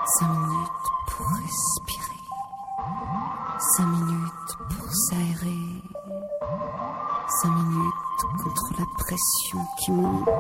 5 minutes pour respirer. 5 minutes pour s'aérer. 5 minutes contre la pression qui monte.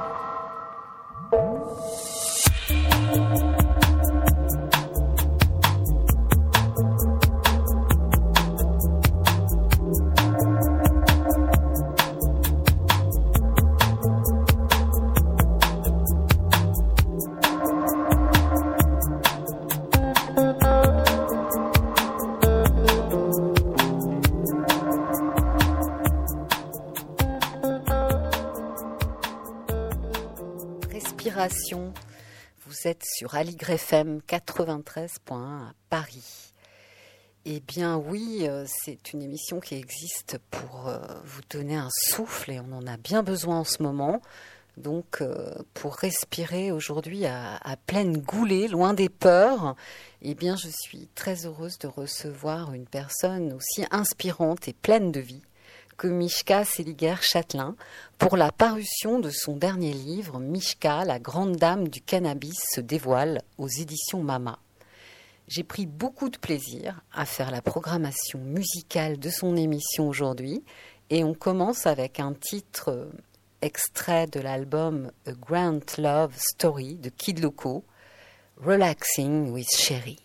Vous êtes sur Aligre FM 93.1 à Paris. Eh bien oui, c'est une émission qui existe pour vous donner un souffle et on en a bien besoin en ce moment. Donc pour respirer aujourd'hui à pleine goulée, loin des peurs, eh bien je suis très heureuse de recevoir une personne aussi inspirante et pleine de vie que Mishka Seliger-Chatelain pour la parution de son dernier livre, Mishka, la grande dame du cannabis se dévoile aux éditions Mama. J'ai pris beaucoup de plaisir à faire la programmation musicale de son émission aujourd'hui et on commence avec un titre extrait de l'album A Grand Love Story de Kid Loco, Relaxing with Sherry.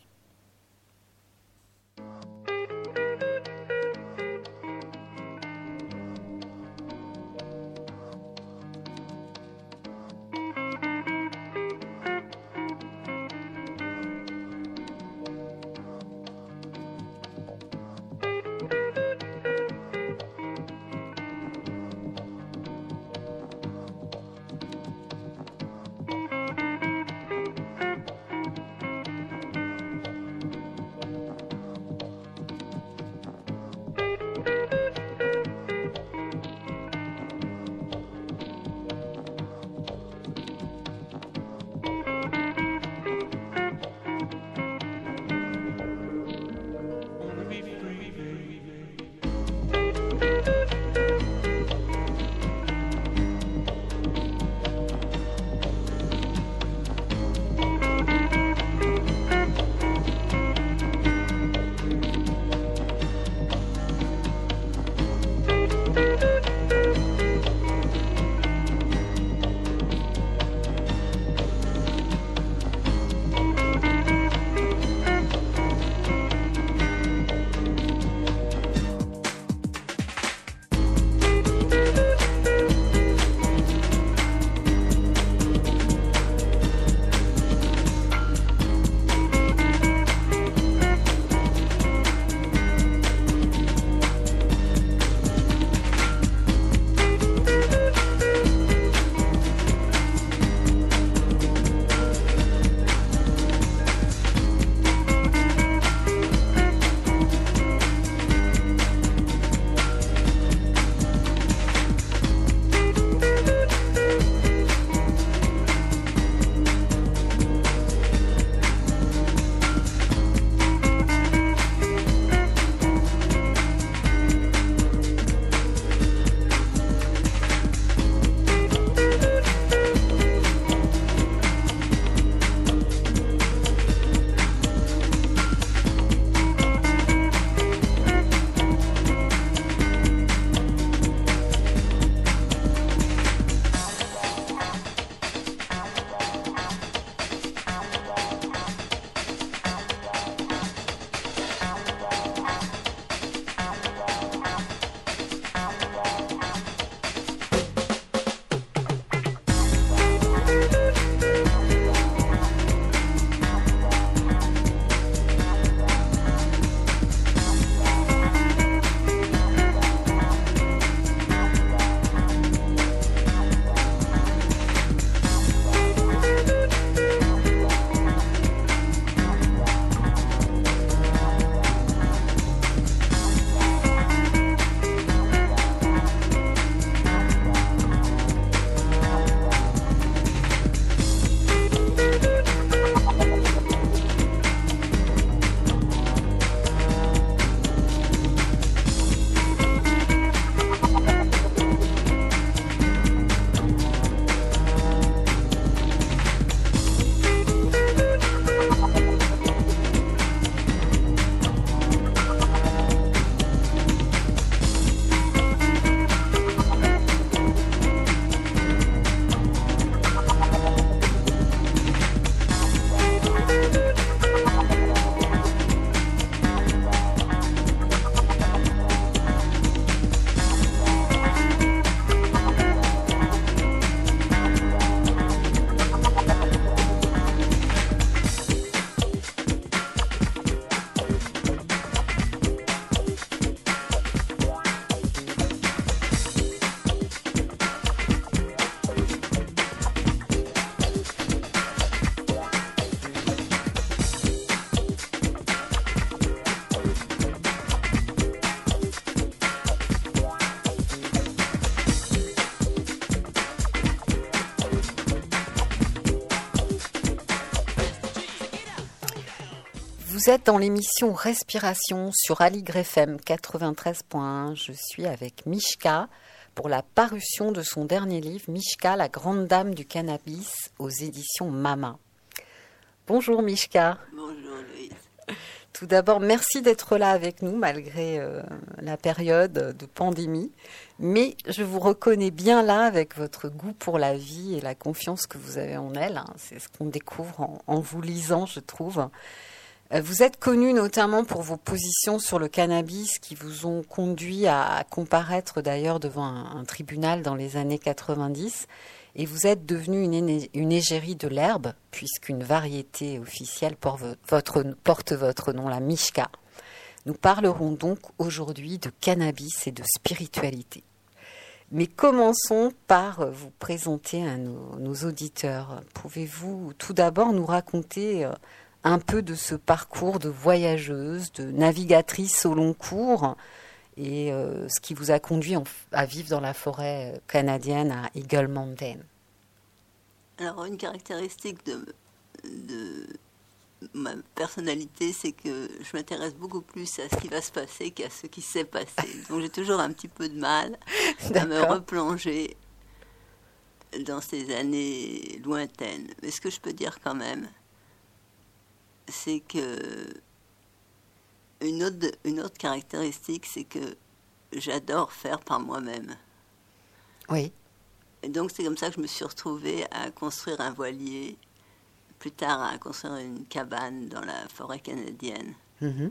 Vous êtes dans l'émission Respiration sur Aligre FM 93.1. Je suis avec Mishka pour la parution de son dernier livre, Mishka, la grande dame du cannabis, aux éditions Mama. Bonjour Mishka. Bonjour Louise. Tout d'abord, merci d'être là avec nous malgré la période de pandémie. Mais je vous reconnais bien là avec votre goût pour la vie et la confiance que vous avez en elle. C'est ce qu'on découvre en vous lisant, je trouve. Vous êtes connu notamment pour vos positions sur le cannabis qui vous ont conduit à comparaître d'ailleurs devant un tribunal dans les années 90. Et vous êtes devenu une égérie de l'herbe, puisqu'une variété officielle porte votre nom, la Mishka. Nous parlerons donc aujourd'hui de cannabis et de spiritualité. Mais commençons par vous présenter à nos auditeurs. Pouvez-vous tout d'abord nous raconter un peu de ce parcours de voyageuse, de navigatrice au long cours et ce qui vous a conduit à vivre dans la forêt canadienne à Eagle Mountain? Alors, une caractéristique de ma personnalité, c'est que je m'intéresse beaucoup plus à ce qui va se passer qu'à ce qui s'est passé. Donc, j'ai toujours un petit peu de mal à me replonger dans ces années lointaines. Mais ce que je peux dire quand même, c'est que une autre caractéristique, c'est que j'adore faire par moi-même. Oui. Et donc c'est comme ça que je me suis retrouvée à construire un voilier, plus tard à construire une cabane dans la forêt canadienne. Mm-hmm.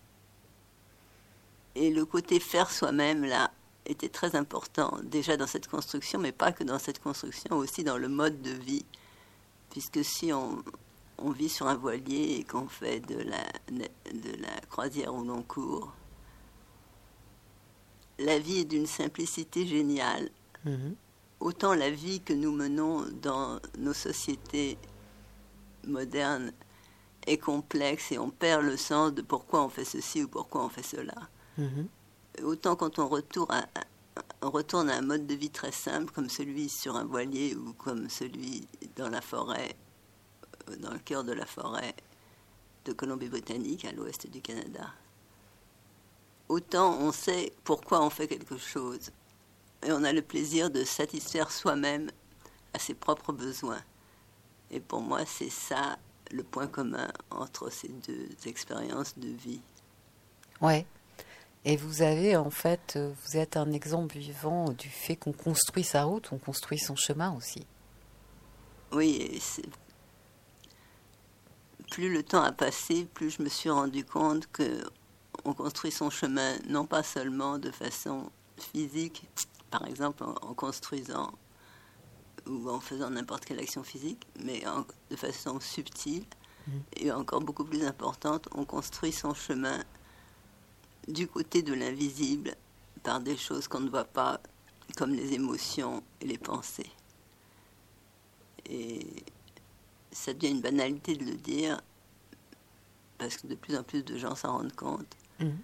Et le côté faire soi-même, là, était très important, déjà dans cette construction, mais pas que dans cette construction, aussi dans le mode de vie. Puisque si on vit sur un voilier et qu'on fait de la croisière au long cours, la vie est d'une simplicité géniale. Mm-hmm. Autant la vie que nous menons dans nos sociétés modernes est complexe et on perd le sens de pourquoi on fait ceci ou pourquoi on fait cela. Mm-hmm. Autant quand on retourne à un mode de vie très simple comme celui sur un voilier ou comme celui dans la forêt, dans le cœur de la forêt de Colombie-Britannique, à l'ouest du Canada. Autant on sait pourquoi on fait quelque chose et on a le plaisir de satisfaire soi-même à ses propres besoins. Et pour moi, c'est ça le point commun entre ces deux expériences de vie. Ouais. Et vous avez en fait, vous êtes un exemple vivant du fait qu'on construit sa route, on construit son chemin aussi. Oui, et plus le temps a passé, plus je me suis rendu compte qu'on construit son chemin non pas seulement de façon physique, par exemple en construisant ou en faisant n'importe quelle action physique, mais de façon subtile et encore beaucoup plus importante, on construit son chemin du côté de l'invisible par des choses qu'on ne voit pas, comme les émotions et les pensées. Et ça devient une banalité de le dire, parce que de plus en plus de gens s'en rendent compte.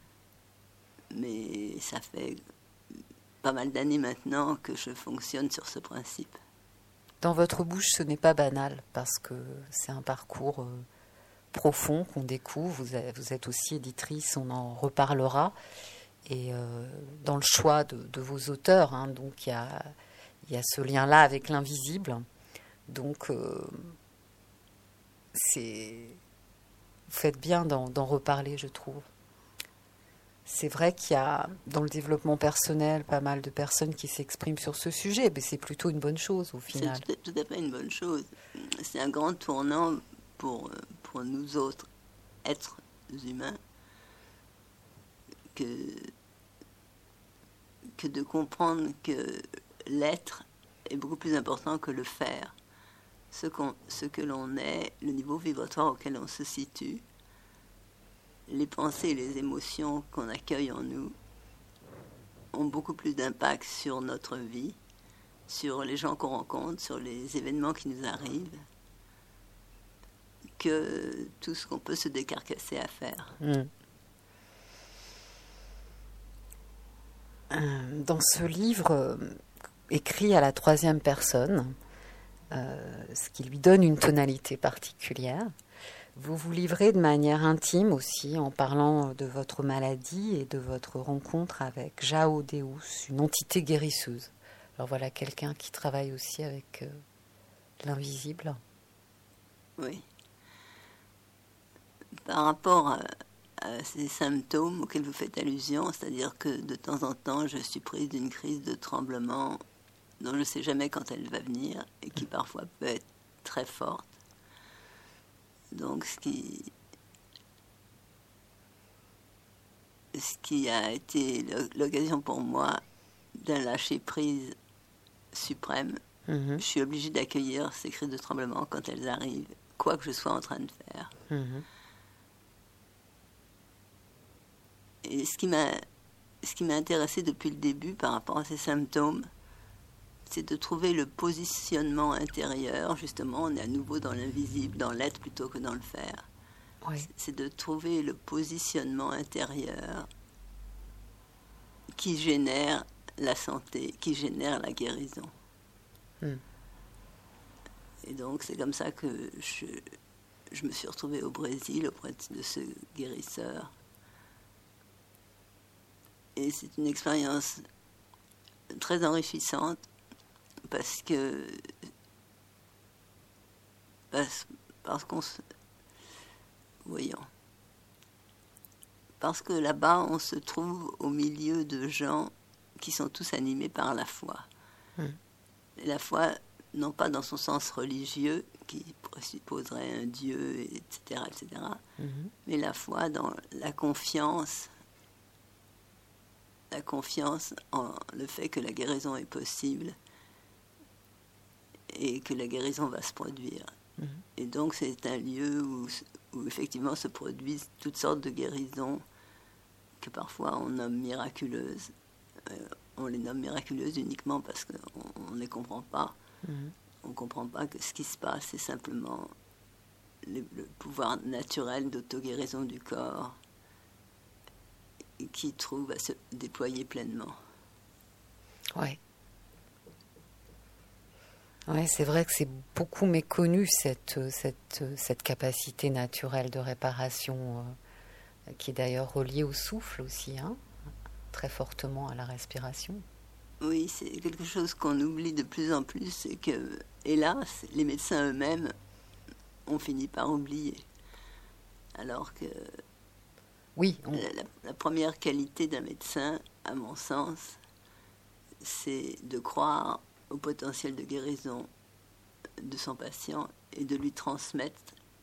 Mais ça fait pas mal d'années maintenant que je fonctionne sur ce principe. Dans votre bouche, ce n'est pas banal, parce que c'est un parcours profond qu'on découvre. Vous êtes aussi éditrice, on en reparlera. Et dans le choix de vos auteurs, hein, donc il y a ce lien-là avec l'invisible. Donc, vous faites bien d'en reparler, je trouve. C'est vrai qu'il y a, dans le développement personnel, pas mal de personnes qui s'expriment sur ce sujet, mais c'est plutôt une bonne chose, au final. C'est tout à fait une bonne chose. C'est un grand tournant pour nous autres, êtres humains, que de comprendre que l'être est beaucoup plus important que le faire. Ce que l'on est, le niveau vibratoire auquel on se situe, les pensées et les émotions qu'on accueille en nous ont beaucoup plus d'impact sur notre vie, sur les gens qu'on rencontre, sur les événements qui nous arrivent, que tout ce qu'on peut se décarcasser à faire. Dans ce livre, écrit à la troisième personne, ce qui lui donne une tonalité particulière, Vous vous livrez de manière intime aussi en parlant de votre maladie et de votre rencontre avec Jao Deus, une entité guérisseuse. Alors voilà quelqu'un qui travaille aussi avec l'invisible. Oui. Par rapport à ces symptômes auxquels vous faites allusion, c'est-à-dire que de temps en temps, je suis prise d'une crise de tremblement dont je ne sais jamais quand elle va venir et qui parfois peut être très forte. Donc, ce qui a été l'occasion pour moi d'un lâcher-prise suprême. Je suis obligée d'accueillir ces crises de tremblement quand elles arrivent, quoi que je sois en train de faire. Et ce qui m'a intéressé depuis le début par rapport à ces symptômes, c'est de trouver le positionnement intérieur. Justement, on est à nouveau dans l'invisible, dans l'être plutôt que dans le faire. Oui. C'est de trouver le positionnement intérieur qui génère la santé, qui génère la guérison. Et donc, c'est comme ça que je me suis retrouvée au Brésil auprès de ce guérisseur. Et c'est une expérience très enrichissante parce qu'on se... Voyons. Parce que là-bas, on se trouve au milieu de gens qui sont tous animés par la foi. Et la foi, non pas dans son sens religieux, qui présupposerait un Dieu, etc., mais la foi dans la confiance en le fait que la guérison est possible et que la guérison va se produire. Et donc c'est un lieu où effectivement se produisent toutes sortes de guérisons que parfois on nomme miraculeuses. On les nomme miraculeuses uniquement parce qu'on ne les comprend pas. On ne comprend pas que ce qui se passe, c'est simplement le pouvoir naturel d'auto-guérison du corps qui trouve à se déployer pleinement. Oui. Ouais, c'est vrai que c'est beaucoup méconnu cette capacité naturelle de réparation qui est d'ailleurs reliée au souffle aussi, très fortement à la respiration. Oui, c'est quelque chose qu'on oublie de plus en plus, c'est que, hélas, les médecins eux-mêmes ont fini par oublier. Alors que oui, la première qualité d'un médecin, à mon sens, c'est de croire au potentiel de guérison de son patient et de lui transmettre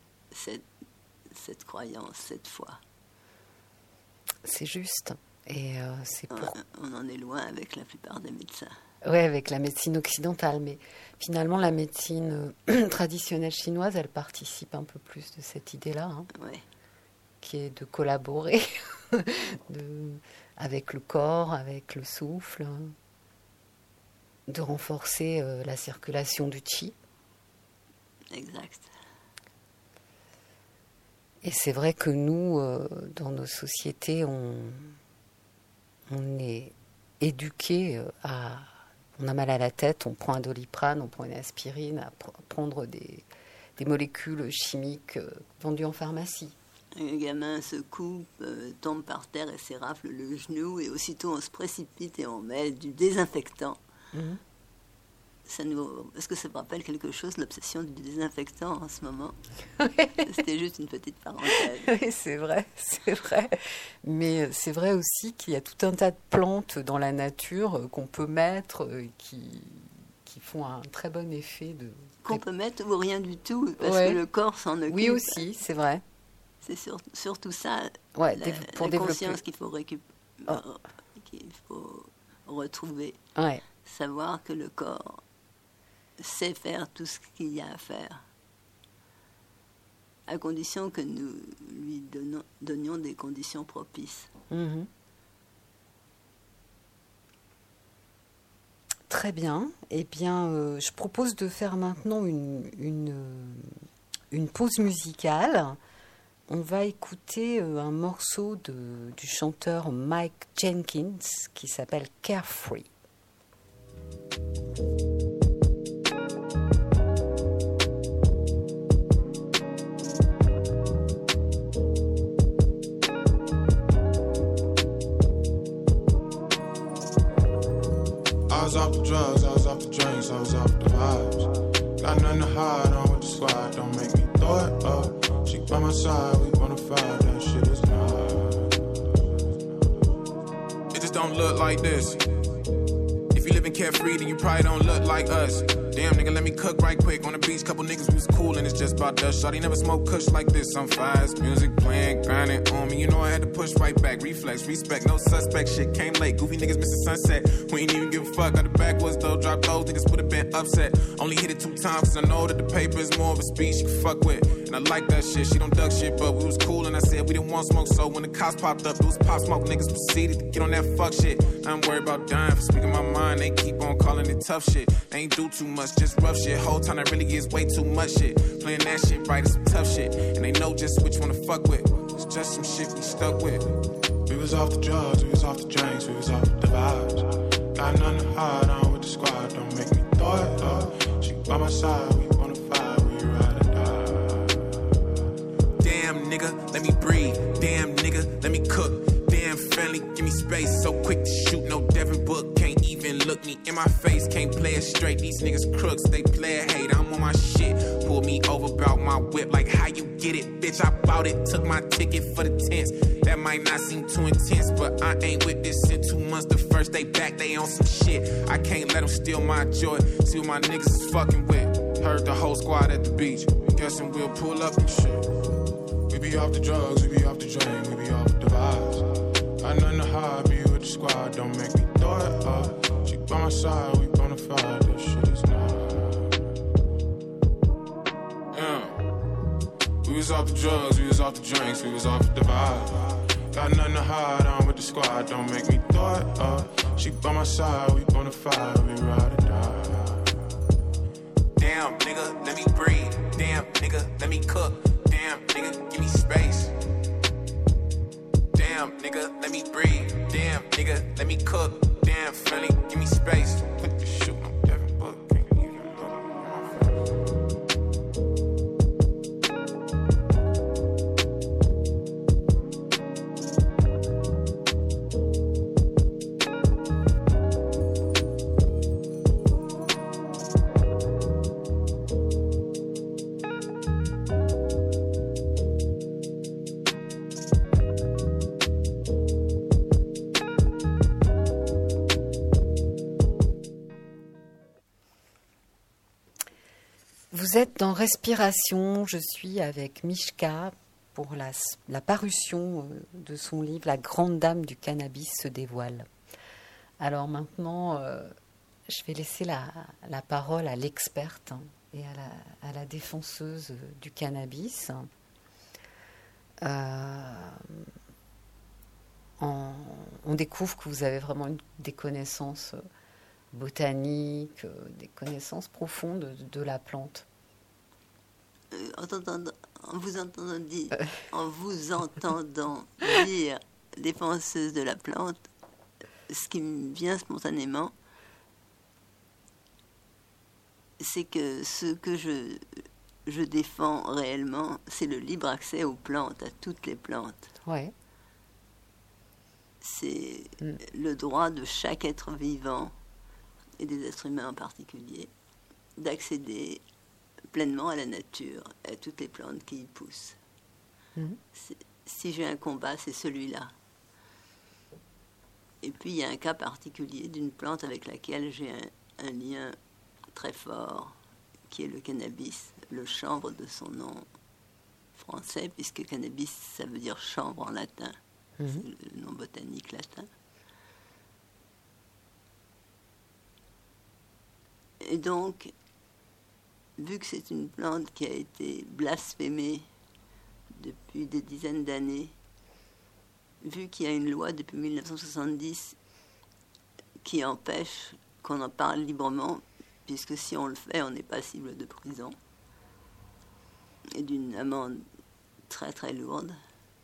cette croyance, cette foi. C'est juste. Et on en est loin avec la plupart des médecins. Oui, avec la médecine occidentale, mais finalement la médecine traditionnelle chinoise, elle participe un peu plus de cette idée-là, qui est de collaborer avec le corps, avec le souffle, de renforcer la circulation du qi. Exact. Et c'est vrai que nous, dans nos sociétés, on est éduqués à... On a mal à la tête, on prend un Doliprane, on prend une aspirine, à prendre des molécules chimiques vendues en pharmacie. Un gamin se coupe, tombe par terre et s'érafle le genou, et aussitôt on se précipite et on met du désinfectant. Est-ce que ça me rappelle quelque chose, l'obsession du désinfectant en ce moment? C'était juste une petite parenthèse. Oui, c'est vrai. Mais c'est vrai aussi qu'il y a tout un tas de plantes dans la nature qu'on peut mettre, qui font un très bon effet. Qu'on peut mettre ou rien du tout, parce que le corps s'en occupe. Oui, aussi, c'est vrai. C'est surtout ça, pour la conscience qu'il faut qu'il faut retrouver. Ouais. Savoir que le corps sait faire tout ce qu'il y a à faire, à condition que nous lui donnions des conditions propices. Très bien. Eh bien, je propose de faire maintenant une pause musicale. On va écouter un morceau du chanteur Mike Jenkins qui s'appelle Carefree. drugs, I was off the drinks, I was off the vibes. Got nothing to hide on with the squad, don't make me throw it up. She by my side, we wanna fight, that shit is not. It just don't look like this. If you living carefree, then you probably don't look like us. Damn, nigga, let me cook right quick. On the beach, couple niggas was cool and it's just about us. Shawty never smoked kush like this. I'm fast, music playing, grinding on me. You know I had to push right back. Reflex, respect, no suspect. Shit came late. Goofy niggas missing sunset. We ain't even give a fuck. Got the backwards though. Drop those niggas would've been upset. Only hit it 2 times cause I know that the paper is more of a speech you can fuck with. And I like that shit. She don't duck shit, but we was cool and I said we didn't want smoke. So when the cops popped up, it was pop smoke. Niggas proceeded to get on that fuck shit. I'm worried about dying for speaking my mind. They keep on calling it tough shit. They ain't do too much, just rough shit. Whole time that really is way too much shit. Playing that shit right is some tough shit. And they know just which one to fuck with. It's just some shit we stuck with. We was off the drugs, we was off the drinks, we was off the vibes. Got nothing to hide on with the squad, don't make me throw it up. She by my side, we wanna fight, we ride or die. Damn nigga, let me breathe. Damn nigga, let me cook. Damn friendly, give me space. So quick to shoot, no Devin Book. Can't even look me in my face. Can't play it straight, these niggas crooks. They play a hate, I'm on my shit. Pull me over, bout my whip. Like how you get it, bitch, I bought it. Took my ticket for the tents. That might not seem too intense, but I ain't with this in 2 months. The first day back, they on some shit. I can't let them steal my joy. See what my niggas is fucking with. Heard the whole squad at the beach. Guessing we'll pull up and shit. We be off the drugs, we be off the drink, we be off the vibes. Got nothing to hide, be with the squad, don't make me throw it up. She by my side, we bona fide, this shit is not. Yeah. We was off the drugs, we was off the drinks, we was off the vibes. Got nothing to hide on with the squad, don't make me throw it up. She by my side, we bona fide, we ride or die. Damn, nigga, let me breathe. Damn, nigga, let me cook. Damn, nigga, give me space. Damn, nigga, let me breathe. Damn, nigga, let me cook. Damn, friendly, give me space. Put the shit on Devin Book. Can't even look at my Vous êtes dans Respiration, je suis avec Mishka pour la parution de son livre « La grande dame du cannabis se dévoile ». Alors maintenant, je vais laisser la parole à l'experte et à la défenseuse du cannabis. On découvre que vous avez vraiment des connaissances botaniques, des connaissances profondes de la plante. En vous entendant dire défenseuse de la plante, ce qui me vient spontanément, c'est que ce que je défends réellement, c'est le libre accès aux plantes, à toutes les plantes. Ouais. C'est le droit de chaque être vivant, et des êtres humains en particulier, d'accéder pleinement à la nature, à toutes les plantes qui y poussent. Si j'ai un combat, c'est celui-là. Et puis il y a un cas particulier d'une plante avec laquelle j'ai un lien très fort, qui est le cannabis, le chanvre de son nom français, puisque cannabis, ça veut dire chanvre en latin. C'est le nom botanique latin. Et donc, vu que c'est une plante qui a été blasphémée depuis des dizaines d'années, vu qu'il y a une loi depuis 1970 qui empêche qu'on en parle librement, puisque si on le fait, on est passible de prison et d'une amende très très lourde.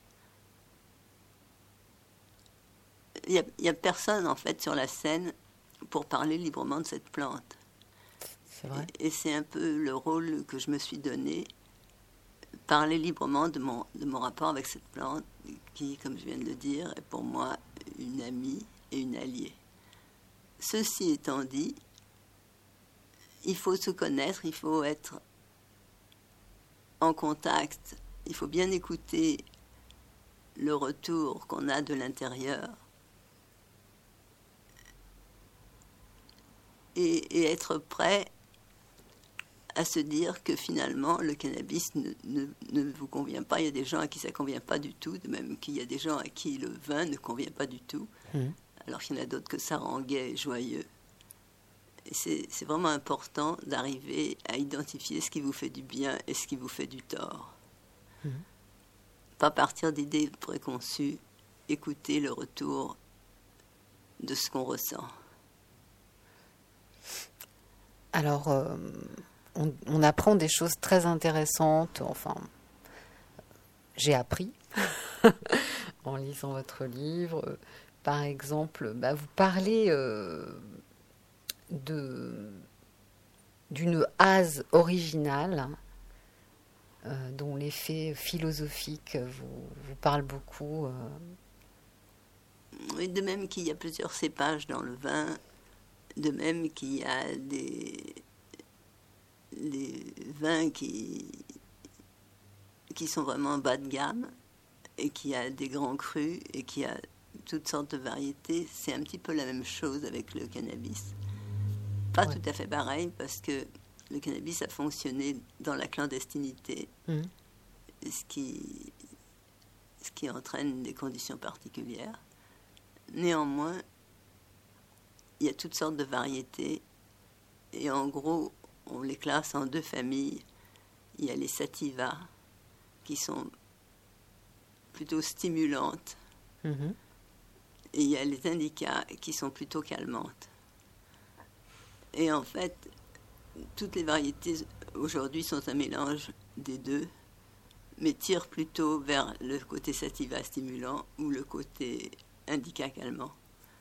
Il n'y a personne en fait sur la scène pour parler librement de cette plante. C'est vrai. Et c'est un peu le rôle que je me suis donné, parler librement de mon rapport avec cette plante qui, comme je viens de le dire, est pour moi une amie et une alliée. Ceci étant dit, il faut se connaître, il faut être en contact, il faut bien écouter le retour qu'on a de l'intérieur et être prêt à se dire que finalement le cannabis ne vous convient pas. Il y a des gens à qui ça ne convient pas du tout, de même qu'il y a des gens à qui le vin ne convient pas du tout, alors qu'il y en a d'autres que ça rend gai et joyeux. Et c'est vraiment important d'arriver à identifier ce qui vous fait du bien et ce qui vous fait du tort. Pas partir d'idées préconçues, écouter le retour de ce qu'on ressent. Alors, on apprend des choses très intéressantes. Enfin, j'ai appris en lisant votre livre. Par exemple, vous parlez d'une hase originale dont l'effet philosophique vous parle beaucoup. Oui, de même qu'il y a plusieurs cépages dans le vin, de même qu'il y a des vins qui sont vraiment bas de gamme et qu'il y a des grands crus et qu'il y a toutes sortes de variétés. C'est un petit peu la même chose avec le cannabis. Pas tout à fait pareil parce que le cannabis a fonctionné dans la clandestinité, ce qui entraîne des conditions particulières. Néanmoins, il y a toutes sortes de variétés et en gros, on les classe en deux familles. Il y a les sativas qui sont plutôt stimulantes et il y a les indicas qui sont plutôt calmantes. Et en fait, toutes les variétés aujourd'hui sont un mélange des deux, mais tirent plutôt vers le côté sativa stimulant ou le côté indica calmant.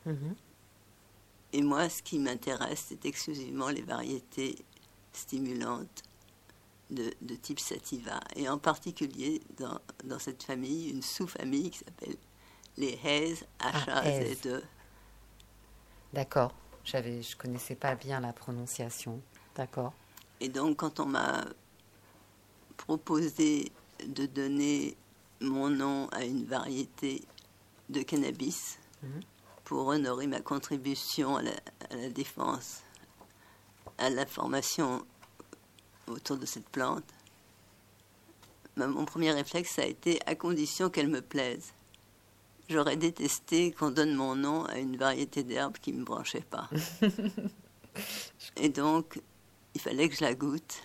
Et moi, ce qui m'intéresse, c'est exclusivement les variétés stimulantes de type sativa. Et en particulier, dans cette famille, une sous-famille qui s'appelle les Haze, H-A-Z-E. D'accord. Je connaissais pas bien la prononciation. D'accord. Et donc, quand on m'a proposé de donner mon nom à une variété de cannabis pour honorer ma contribution à la défense, à l'information autour de cette plante, mon premier réflexe a été à condition qu'elle me plaise. J'aurais détesté qu'on donne mon nom à une variété d'herbe qui ne me branchait pas. Et donc, il fallait que je la goûte.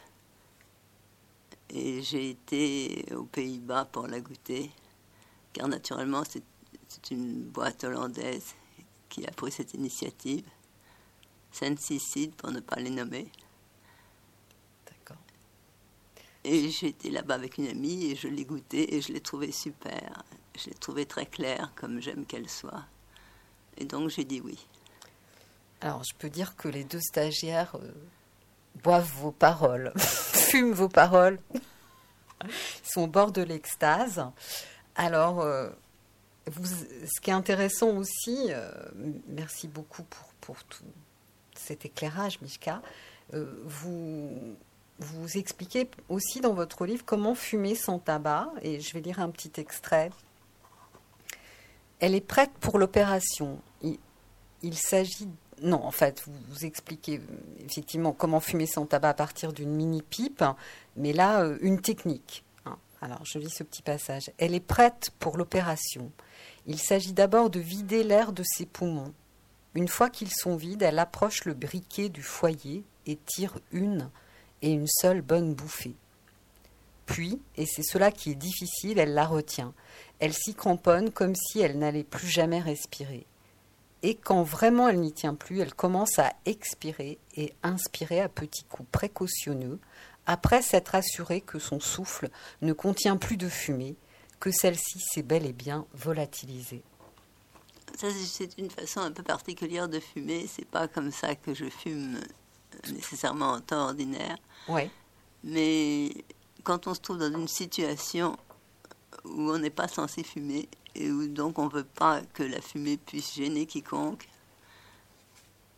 Et j'ai été aux Pays-Bas pour la goûter, car naturellement, c'est une boîte hollandaise qui a pris cette initiative. Sensi pour ne pas les nommer. D'accord. Et j'ai été là-bas avec une amie et je l'ai goûtée et je l'ai trouvée super. Je l'ai trouvée très claire, comme j'aime qu'elle soit. Et donc j'ai dit oui. Alors je peux dire que les deux stagiaires boivent vos paroles, fument vos paroles. Ils sont au bord de l'extase. Alors, ce qui est intéressant aussi, merci beaucoup pour tout cet éclairage, Mishka, vous expliquez aussi dans votre livre comment fumer sans tabac, et je vais lire un petit extrait. Elle est prête pour l'opération. Il s'agit... Non, en fait, vous expliquez effectivement comment fumer sans tabac à partir d'une mini-pipe, mais là, une technique. Alors, je lis ce petit passage. Elle est prête pour l'opération. Il s'agit d'abord de vider l'air de ses poumons. Une fois qu'ils sont vides, elle approche le briquet du foyer et tire une seule bonne bouffée. Puis, et c'est cela qui est difficile, elle la retient. Elle s'y cramponne comme si elle n'allait plus jamais respirer. Et quand vraiment elle n'y tient plus, elle commence à expirer et inspirer à petits coups précautionneux, après s'être assurée que son souffle ne contient plus de fumée, que celle-ci s'est bel et bien volatilisée. Ça, c'est une façon un peu particulière de fumer. C'est pas comme ça que je fume nécessairement en temps ordinaire. Ouais. Mais quand on se trouve dans une situation où on n'est pas censé fumer et où donc on ne veut pas que la fumée puisse gêner quiconque,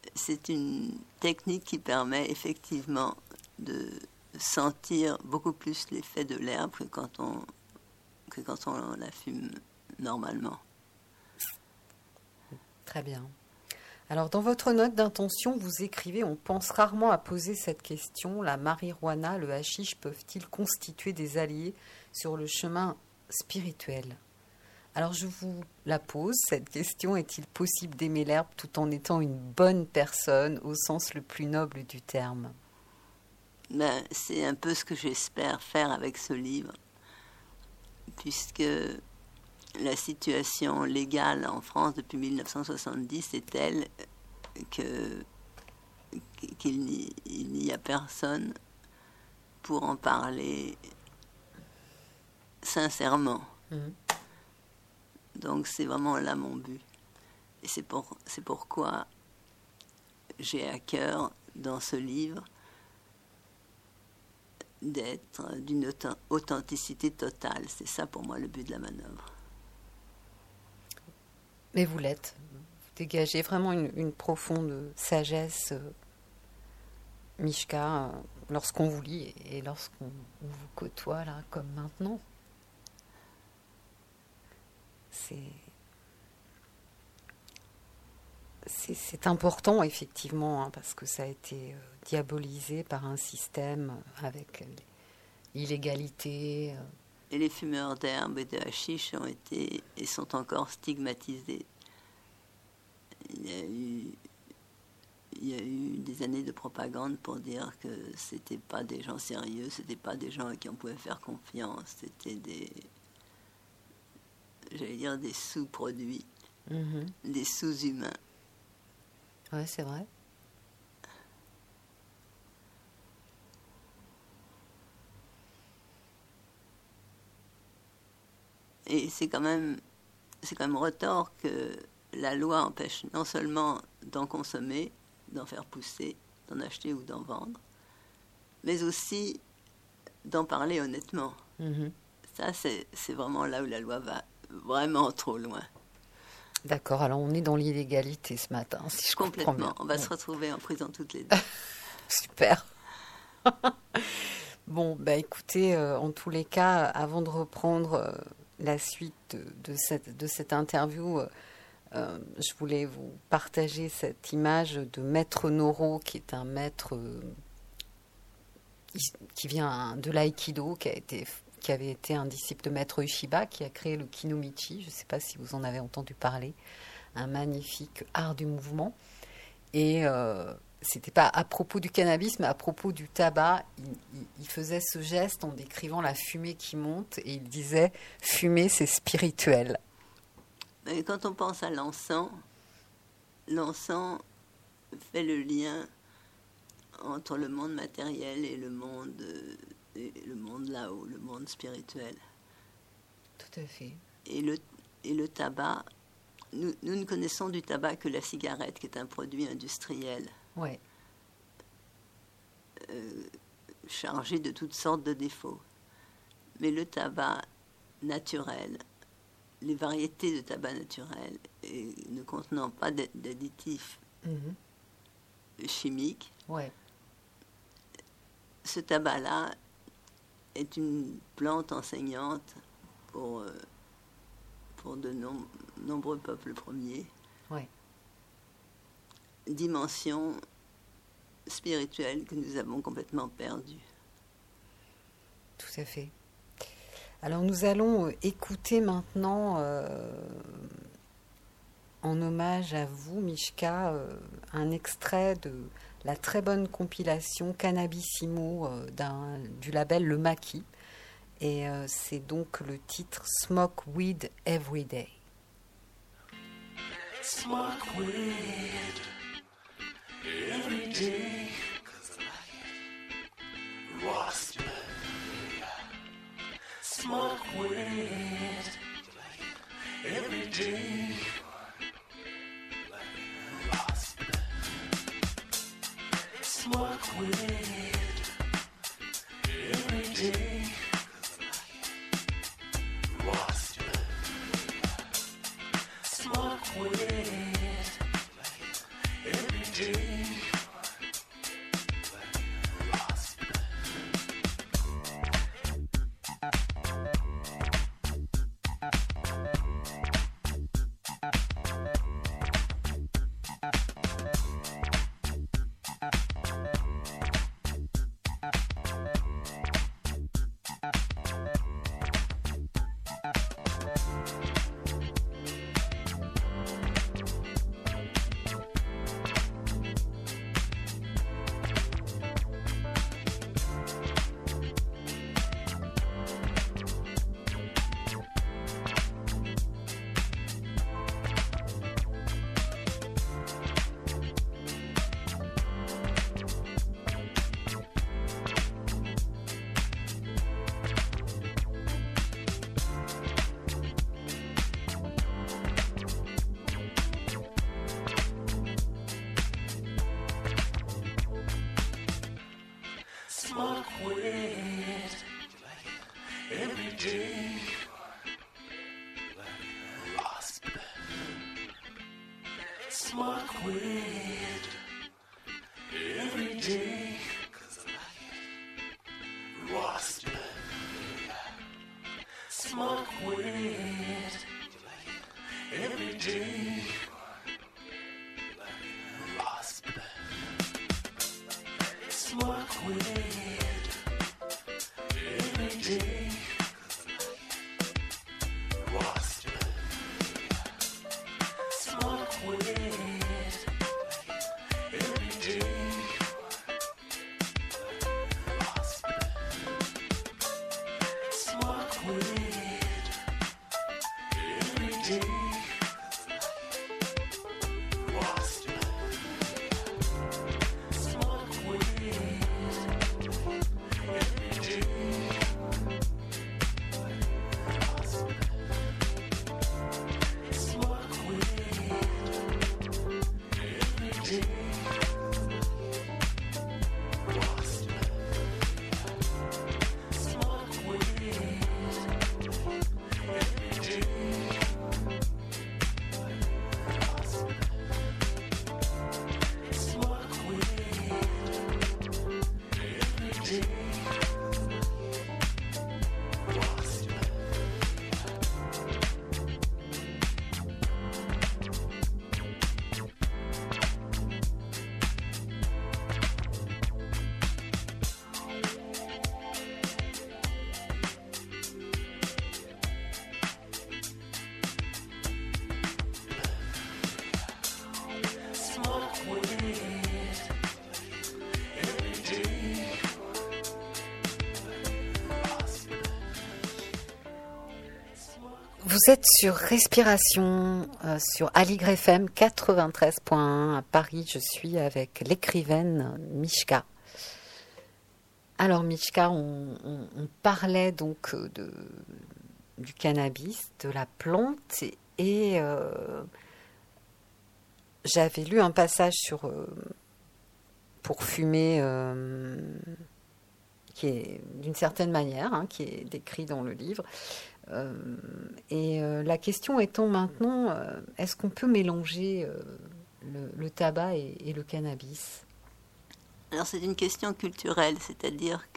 c'est une technique qui permet effectivement de sentir beaucoup plus l'effet de l'herbe que quand on la fume normalement. Très bien. Alors, dans votre note d'intention, vous écrivez « On pense rarement à poser cette question. La marijuana, le hashish peuvent-ils constituer des alliés sur le chemin spirituel ?» Alors, je vous la pose, cette question. Est-il possible d'aimer l'herbe tout en étant une bonne personne au sens le plus noble du terme ? C'est un peu ce que j'espère faire avec ce livre, puisque la situation légale en France depuis 1970 est telle qu'il n'y a personne pour en parler sincèrement. Donc c'est vraiment là mon but. Et c'est pourquoi j'ai à cœur dans ce livre d'être d'une authenticité totale. C'est ça pour moi le but de la manœuvre. Mais vous l'êtes. Vous dégagez vraiment une profonde sagesse, Mishka, lorsqu'on vous lit et lorsqu'on vous côtoie, là, comme maintenant. C'est important, effectivement, hein, parce que ça a été diabolisé par un système avec l'illégalité. Et les fumeurs d'herbe et de hashish ont été et sont encore stigmatisés. Il y a eu des années de propagande pour dire que c'était pas des gens sérieux, c'était pas des gens à qui on pouvait faire confiance, c'était des sous-produits, des sous-humains. Ouais, c'est vrai. Et c'est quand même retors que la loi empêche non seulement d'en consommer, d'en faire pousser, d'en acheter ou d'en vendre, mais aussi d'en parler honnêtement. Ça, c'est vraiment là où la loi va vraiment trop loin. D'accord, alors on est dans l'illégalité ce matin, si je comprends bien. On va se retrouver en prison toutes les deux. Super. Bon, écoutez, en tous les cas, avant de reprendre la suite de cette interview, je voulais vous partager cette image de Maître Noro, qui est un maître qui vient de l'aïkido, qui avait été un disciple de Maître Ueshiba, qui a créé le Kinomichi. Je ne sais pas si vous en avez entendu parler. Un magnifique art du mouvement. Et c'était pas à propos du cannabis, mais à propos du tabac. Il faisait ce geste en décrivant la fumée qui monte, et il disait « fumer, c'est spirituel ». Mais quand on pense à l'encens fait le lien entre le monde matériel et le monde là-haut, le monde spirituel. Tout à fait. Et le tabac, nous ne connaissons du tabac que la cigarette, qui est un produit industriel. Ouais. Chargé de toutes sortes de défauts. Mais le tabac naturel, les variétés de tabac naturel, et ne contenant pas d'additifs chimiques, ouais. Ce tabac-là est une plante enseignante pour de nombreux peuples premiers. Ouais. Dimension spirituelle que nous avons complètement perdue. Tout à fait. Alors nous allons écouter maintenant, en hommage à vous, Mishka, un extrait de la très bonne compilation Cannabissimo du label Le Maquis. Et c'est donc le titre Smoke Weed Every Day. Smoke weed every day, 'cause I like it. Ross blood. Smoke weed every day. Ross blood. Smoke weed every day. Ross blood. Smoke weed every day. weed every day. Wasp. Smoke weed every day. 'Cause I like it. Wasp. Smoke weed every day. Wasp. Smoke weed every day. Wasp. Smoke weed every day. Wasp. Smoke weed every day. Wasp. Smoke weed every day. Wasp. Smoke weed every day. Wasp. Smoke weed every day. Wasp. Smoke weed every day. Wasp. Smoke weed every day. Wasp. Vous êtes sur Respiration, sur Aligre FM 93.1 à Paris. Je suis avec l'écrivaine Mishka. Alors Mishka, on parlait donc du cannabis, de la plante, et j'avais lu un passage pour fumer, qui est d'une certaine manière, hein, qui est décrit dans le livre. La question étant maintenant, est-ce qu'on peut mélanger le tabac et le cannabis ? Alors c'est une question culturelle, c'est-à-dire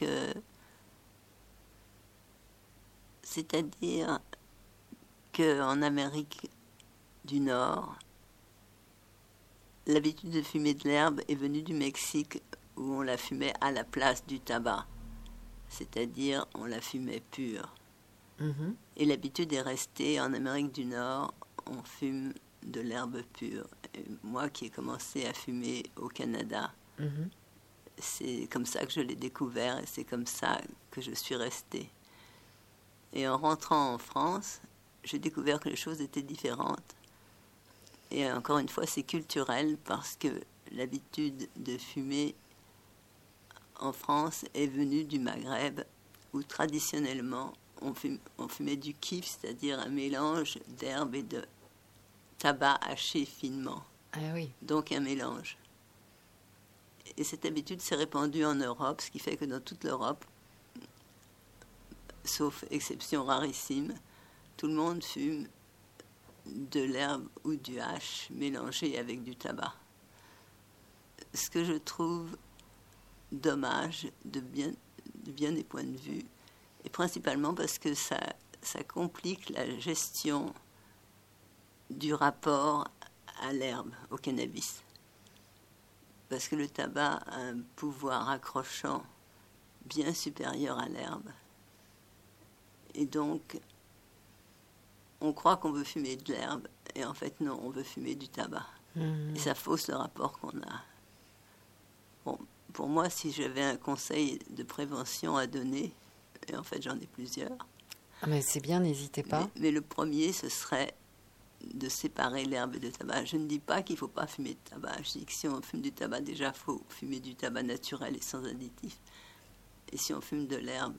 qu'en Amérique du Nord, l'habitude de fumer de l'herbe est venue du Mexique, où on la fumait à la place du tabac, c'est-à-dire on la fumait pure. Mhm. Et l'habitude est restée en Amérique du Nord, on fume de l'herbe pure. Et moi qui ai commencé à fumer au Canada, Mhm. c'est comme ça que je l'ai découvert et c'est comme ça que je suis restée. Et en rentrant en France, j'ai découvert que les choses étaient différentes. Et encore une fois, c'est culturel parce que l'habitude de fumer en France est venue du Maghreb, où traditionnellement on fumait du kif, c'est-à-dire un mélange d'herbe et de tabac haché finement. Ah oui. Donc un mélange. Et cette habitude s'est répandue en Europe, ce qui fait que dans toute l'Europe, sauf exception rarissime, tout le monde fume de l'herbe ou du hache mélangé avec du tabac. Ce que je trouve dommage de bien des points de vue, et principalement parce que ça complique la gestion du rapport à l'herbe, au cannabis. Parce que le tabac a un pouvoir accrochant bien supérieur à l'herbe. Et donc, on croit qu'on veut fumer de l'herbe, et en fait, non, on veut fumer du tabac. Mhm. Et ça fausse le rapport qu'on a. Bon, pour moi, si j'avais un conseil de prévention à donner, et en fait, j'en ai plusieurs. Ah, mais c'est bien, n'hésitez pas. Mais le premier, ce serait de séparer l'herbe et le tabac. Je ne dis pas qu'il ne faut pas fumer de tabac. Je dis que si on fume du tabac, déjà, il faut fumer du tabac naturel et sans additifs. Et si on fume de l'herbe,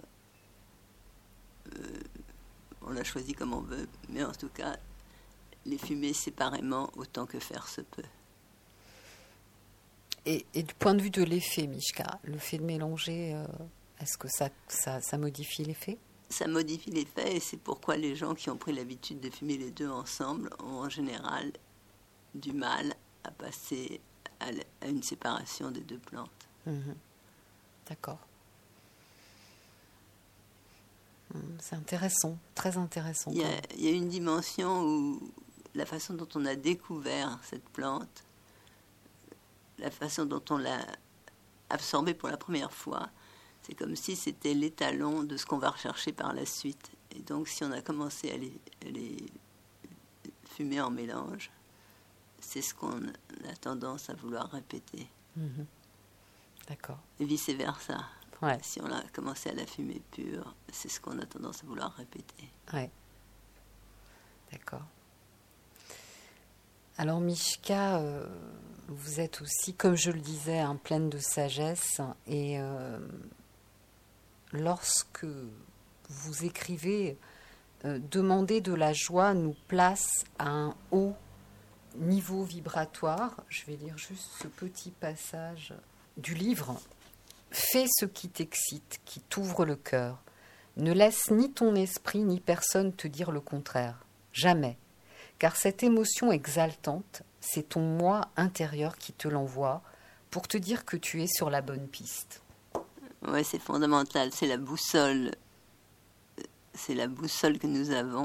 on la choisit comme on veut. Mais en tout cas, les fumer séparément autant que faire se peut. Et du point de vue de l'effet, Mishka, le fait de mélanger, Est-ce que ça modifie l'effet ? Ça modifie l'effet et c'est pourquoi les gens qui ont pris l'habitude de fumer les deux ensemble ont en général du mal à passer à une séparation des deux plantes. D'accord. C'est intéressant, très intéressant. Il y a une dimension où la façon dont on a découvert cette plante, la façon dont on l'a absorbée pour la première fois, c'est comme si c'était l'étalon de ce qu'on va rechercher par la suite. Et donc, si on a commencé à les fumer en mélange, c'est ce qu'on a tendance à vouloir répéter. D'accord. Et vice-versa. Ouais. Si on a commencé à la fumer pure, c'est ce qu'on a tendance à vouloir répéter. Ouais. D'accord. Alors, Mishka, vous êtes aussi, comme je le disais, pleine de sagesse. Et lorsque vous écrivez « Demander de la joie nous place à un haut niveau vibratoire », je vais lire juste ce petit passage du livre. « Fais ce qui t'excite, qui t'ouvre le cœur. Ne laisse ni ton esprit ni personne te dire le contraire. Jamais. Car cette émotion exaltante, c'est ton moi intérieur qui te l'envoie pour te dire que tu es sur la bonne piste. » Oui, c'est fondamental. C'est la boussole. C'est la boussole que nous avons.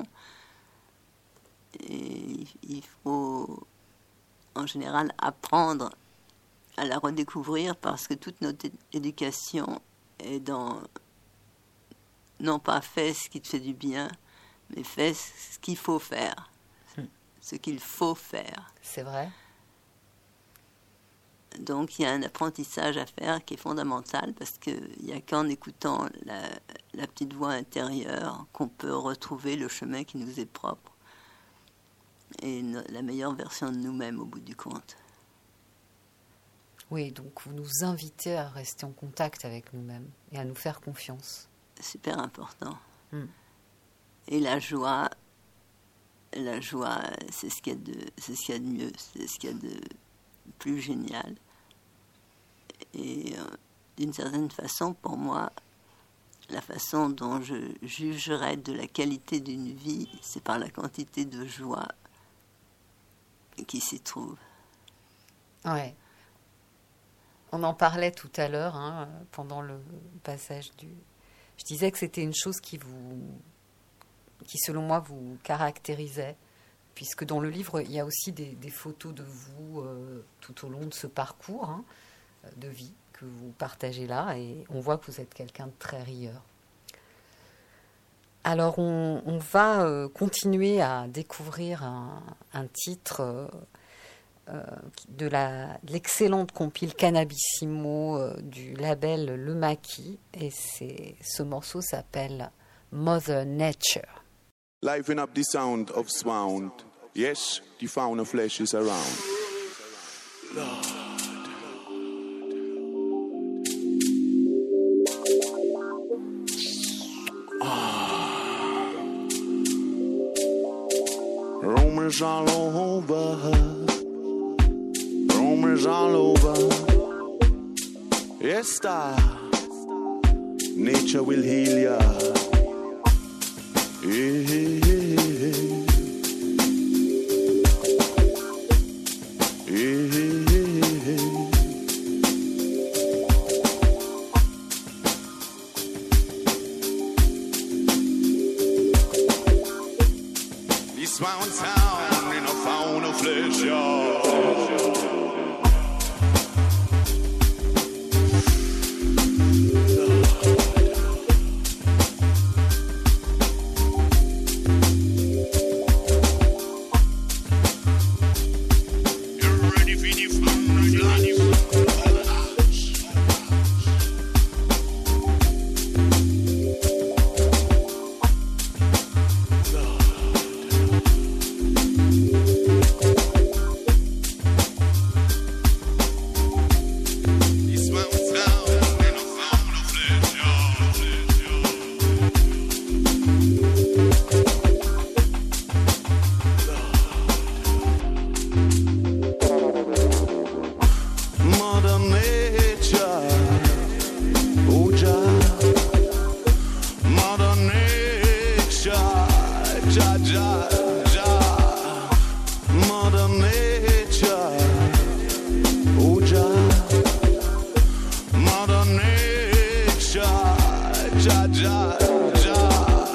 Et il faut, en général, apprendre à la redécouvrir parce que toute notre éducation est dans, non pas fais ce qui te fait du bien, mais fais ce qu'il faut faire. Ce qu'il faut faire. C'est vrai. Donc il y a un apprentissage à faire qui est fondamental parce qu'il n'y a qu'en écoutant la petite voix intérieure qu'on peut retrouver le chemin qui nous est propre et la meilleure version de nous-mêmes au bout du compte. Oui, donc vous nous invitez à rester en contact avec nous-mêmes et à nous faire confiance. Super important. Et la joie, c'est ce qu'il y a de mieux, c'est ce qu'il y a de plus génial. Et d'une certaine façon, pour moi, la façon dont je jugerais de la qualité d'une vie, c'est par la quantité de joie qui s'y trouve. Ouais. On en parlait tout à l'heure, pendant le passage du... Je disais que c'était une chose qui, selon moi, vous caractérisait, puisque dans le livre, il y a aussi des photos de vous tout au long de ce parcours de vie que vous partagez là, et on voit que vous êtes quelqu'un de très rieur. Alors, on va continuer à découvrir un titre de l'excellente compile Cannabissimo du label Le Maquis, et ce morceau s'appelle Mother Nature. Liven up the sound of sound. Yes, the fauna flesh is around. Lord. Rumors all over. Rumors all over. Yes, star. Nature will heal ya. Yeah. This one town in a fauna flesh, y'all. Jah, Jah, Jah, Mother Nature, oh Jah, Mother Nature, Jah, Jah, Jah.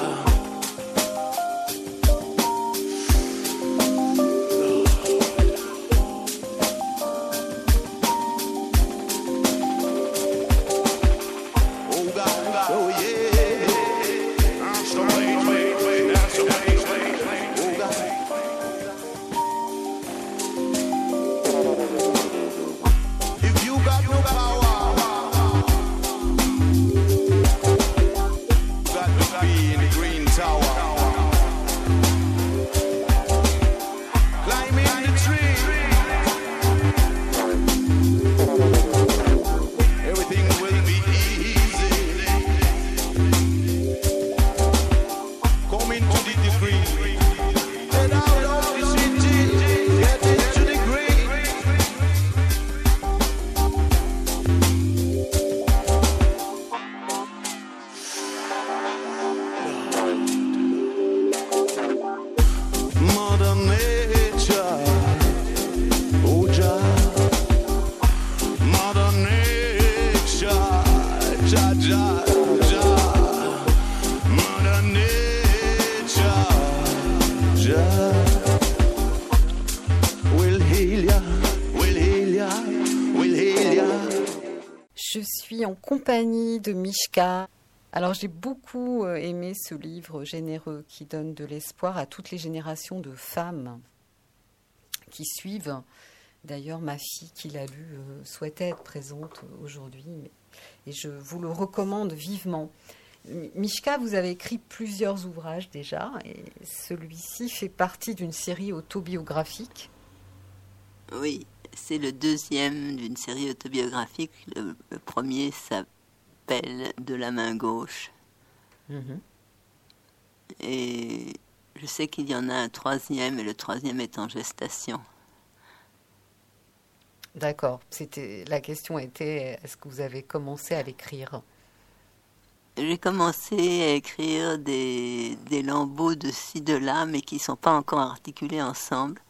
Je suis en compagnie de Mishka. Alors j'ai beaucoup aimé ce livre généreux qui donne de l'espoir à toutes les générations de femmes qui suivent. D'ailleurs, ma fille qui l'a lu souhaitait être présente aujourd'hui et je vous le recommande vivement. Mishka, vous avez écrit plusieurs ouvrages déjà et celui-ci fait partie d'une série autobiographique. Oui, c'est le deuxième d'une série autobiographique. Le premier s'appelle De la main gauche. Et je sais qu'il y en a un troisième et le troisième est en gestation. D'accord. La question était, est-ce que vous avez commencé à l'écrire ? J'ai commencé à écrire des lambeaux de ci, de là, mais qui ne sont pas encore articulés ensemble.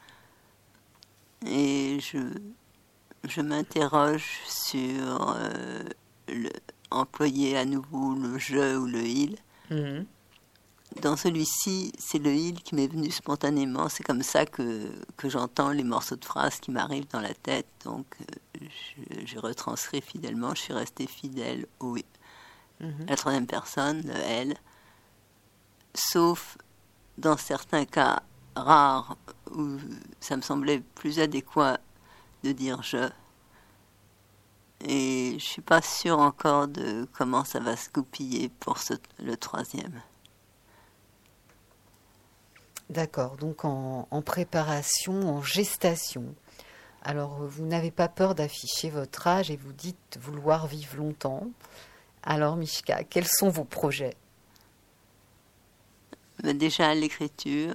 Et je m'interroge sur employer à nouveau le je ou le il. Dans celui-ci, c'est le il qui m'est venu spontanément. C'est comme ça que j'entends les morceaux de phrases qui m'arrivent dans la tête. Donc, je retranscris fidèlement. Je suis restée fidèle au à la troisième personne, le elle. Sauf dans certains cas rares où ça me semblait plus adéquat de dire je. Et je suis pas sûre encore de comment ça va se goupiller pour le troisième. D'accord, donc en préparation, en gestation. Alors, vous n'avez pas peur d'afficher votre âge et vous dites vouloir vivre longtemps. Alors, Mishka, quels sont vos projets ? Mais déjà, l'écriture,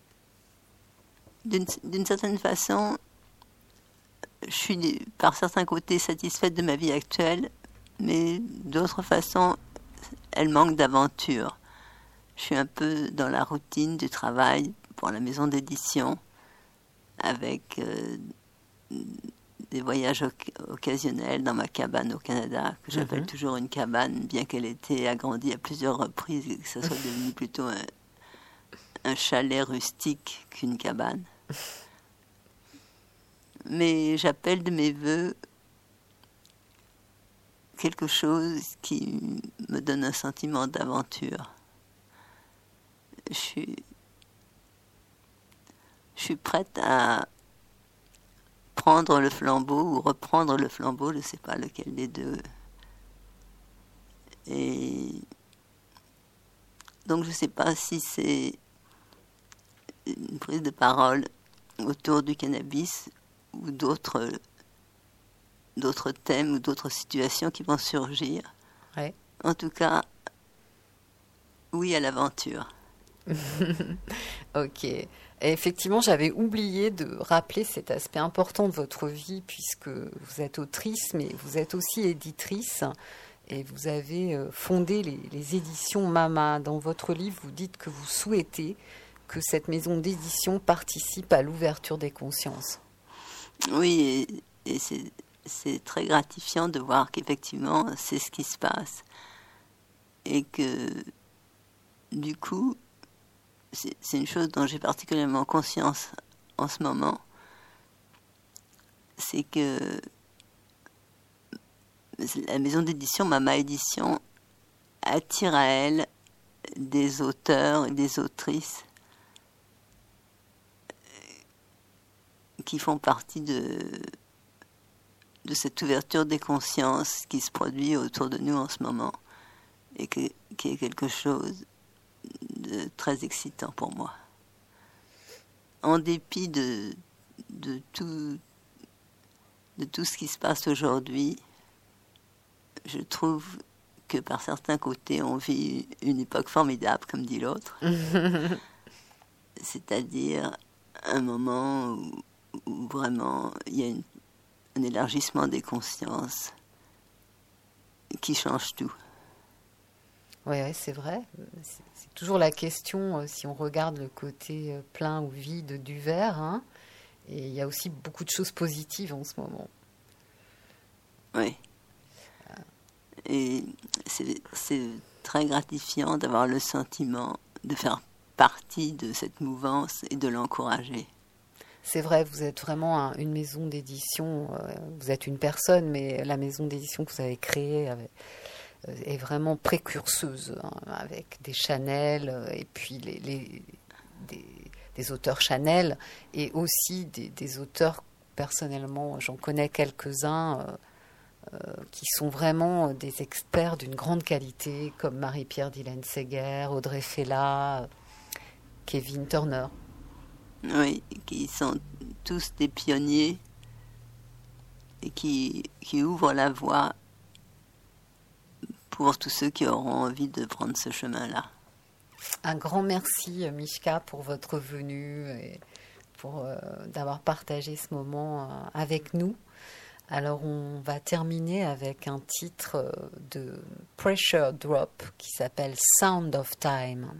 d'une certaine façon, je suis par certains côtés satisfaite de ma vie actuelle, mais d'autre façon, elle manque d'aventure. Je suis un peu dans la routine du travail pour la maison d'édition, avec des voyages occasionnels dans ma cabane au Canada, que j'appelle toujours une cabane, bien qu'elle ait été agrandie à plusieurs reprises et que ça soit devenu plutôt un chalet rustique qu'une cabane. Mais j'appelle de mes voeux quelque chose qui me donne un sentiment d'aventure. Je suis prête à prendre le flambeau ou reprendre le flambeau, je ne sais pas lequel des deux. Et donc je ne sais pas si c'est une prise de parole autour du cannabis ou d'autres thèmes ou d'autres situations qui vont surgir. Ouais. En tout cas, oui à l'aventure. Ok. Et effectivement, j'avais oublié de rappeler cet aspect important de votre vie, puisque vous êtes autrice, mais vous êtes aussi éditrice, et vous avez fondé les éditions Mama. Dans votre livre, vous dites que vous souhaitez que cette maison d'édition participe à l'ouverture des consciences. Oui, et c'est très gratifiant de voir qu'effectivement, c'est ce qui se passe. Et que, du coup, c'est une chose dont j'ai particulièrement conscience en ce moment, c'est que la maison d'édition, Mama Édition, attire à elle des auteurs et des autrices qui font partie de cette ouverture des consciences qui se produit autour de nous en ce moment et qui est quelque chose de très excitant pour moi. En dépit de tout ce qui se passe aujourd'hui, je trouve que par certains côtés, on vit une époque formidable, comme dit l'autre. C'est-à-dire un moment où vraiment il y a un élargissement des consciences qui change tout. Oui, c'est vrai. C'est toujours la question, si on regarde le côté plein ou vide du verre. Hein, et il y a aussi beaucoup de choses positives en ce moment. Oui. Et c'est très gratifiant d'avoir le sentiment de faire partie de cette mouvance et de l'encourager. C'est vrai, vous êtes vraiment une maison d'édition, vous êtes une personne, mais la maison d'édition que vous avez créée est vraiment précurseuse, hein, avec des Chanel et puis des auteurs Chanel et aussi des auteurs, personnellement, j'en connais quelques-uns qui sont vraiment des experts d'une grande qualité, comme Marie-Pierre Dillon-Seger, Audrey Fella, Kevin Turner. Oui, qui sont tous des pionniers et qui ouvrent la voie pour tous ceux qui auront envie de prendre ce chemin-là. Un grand merci, Mishka, pour votre venue et pour d'avoir partagé ce moment avec nous. Alors, on va terminer avec un titre de Pressure Drop qui s'appelle Sound of Time.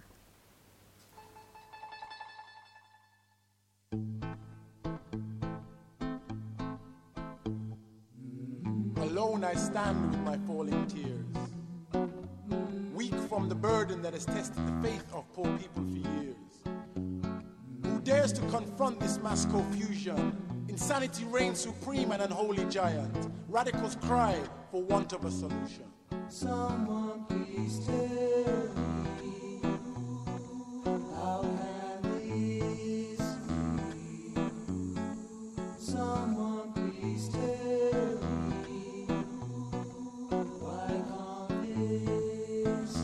Alone I stand with my falling tears, weak from the burden that has tested the faith of poor people for years. Who dares to confront this mass confusion? Insanity reigns supreme, an unholy giant. Radicals cry for want of a solution. Someone please tell me, how can this be? Someone please tell me, why can't this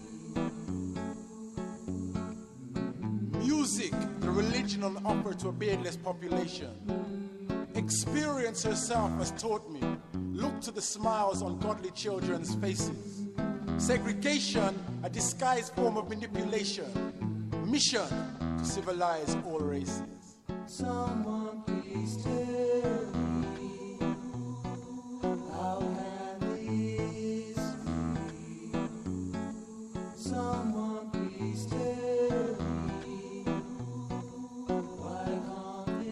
be? Music, the religion on offer to a beardless population. Experience herself has taught me. Look to the smiles on godly children's faces. Segregation, a disguised form of manipulation. Mission to civilize all races. Someone please tell me, how can this be? Someone please tell me, why can't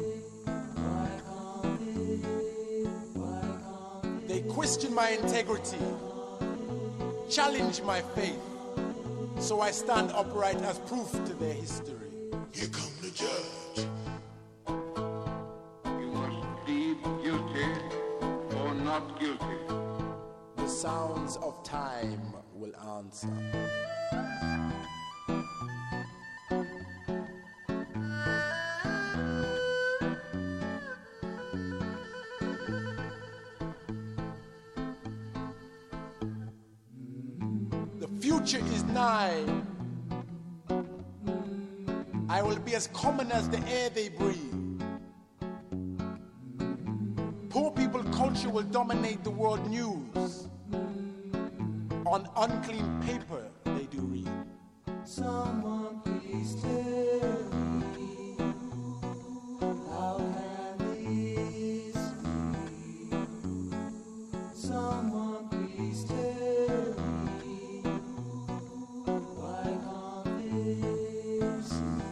this? They question my integrity, challenge my faith, so I stand upright as proof to their history. Here come the judge. You must plead guilty or not guilty. The sounds of time will answer. The future is nigh. I will be as common as the air they breathe. Poor people culture will dominate the world news. On unclean paper they do read. Someone please tell me, how can this be? Someone please tell me, why can't this be?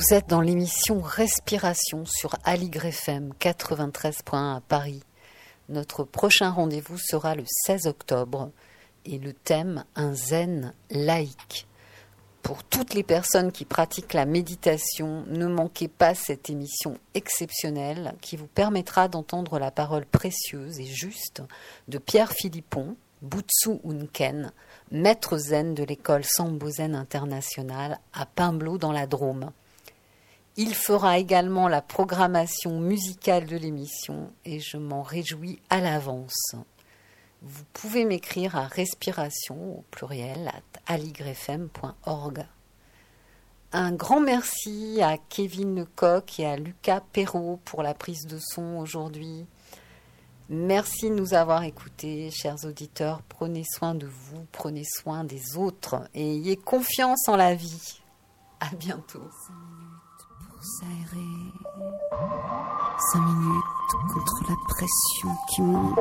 Vous êtes dans l'émission Respiration sur Aligre FM 93.1 à Paris. Notre prochain rendez-vous sera le 16 octobre et le thème un zen laïque. Pour toutes les personnes qui pratiquent la méditation, ne manquez pas cette émission exceptionnelle qui vous permettra d'entendre la parole précieuse et juste de Pierre Philippon, Butsu Unken, maître zen de l'école Sambo Zen International à Pimbleau dans la Drôme. Il fera également la programmation musicale de l'émission et je m'en réjouis à l'avance. Vous pouvez m'écrire à respiration au pluriel @aligrefm.org. Un grand merci à Kevin Lecoq et à Lucas Perrault pour la prise de son aujourd'hui. Merci de nous avoir écoutés, chers auditeurs. Prenez soin de vous, prenez soin des autres et ayez confiance en la vie. À bientôt. 5 minutes pour s'aérer. 5 minutes contre la pression qui monte.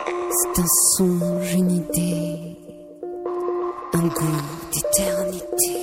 C'est un songe, une idée, un goût d'éternité.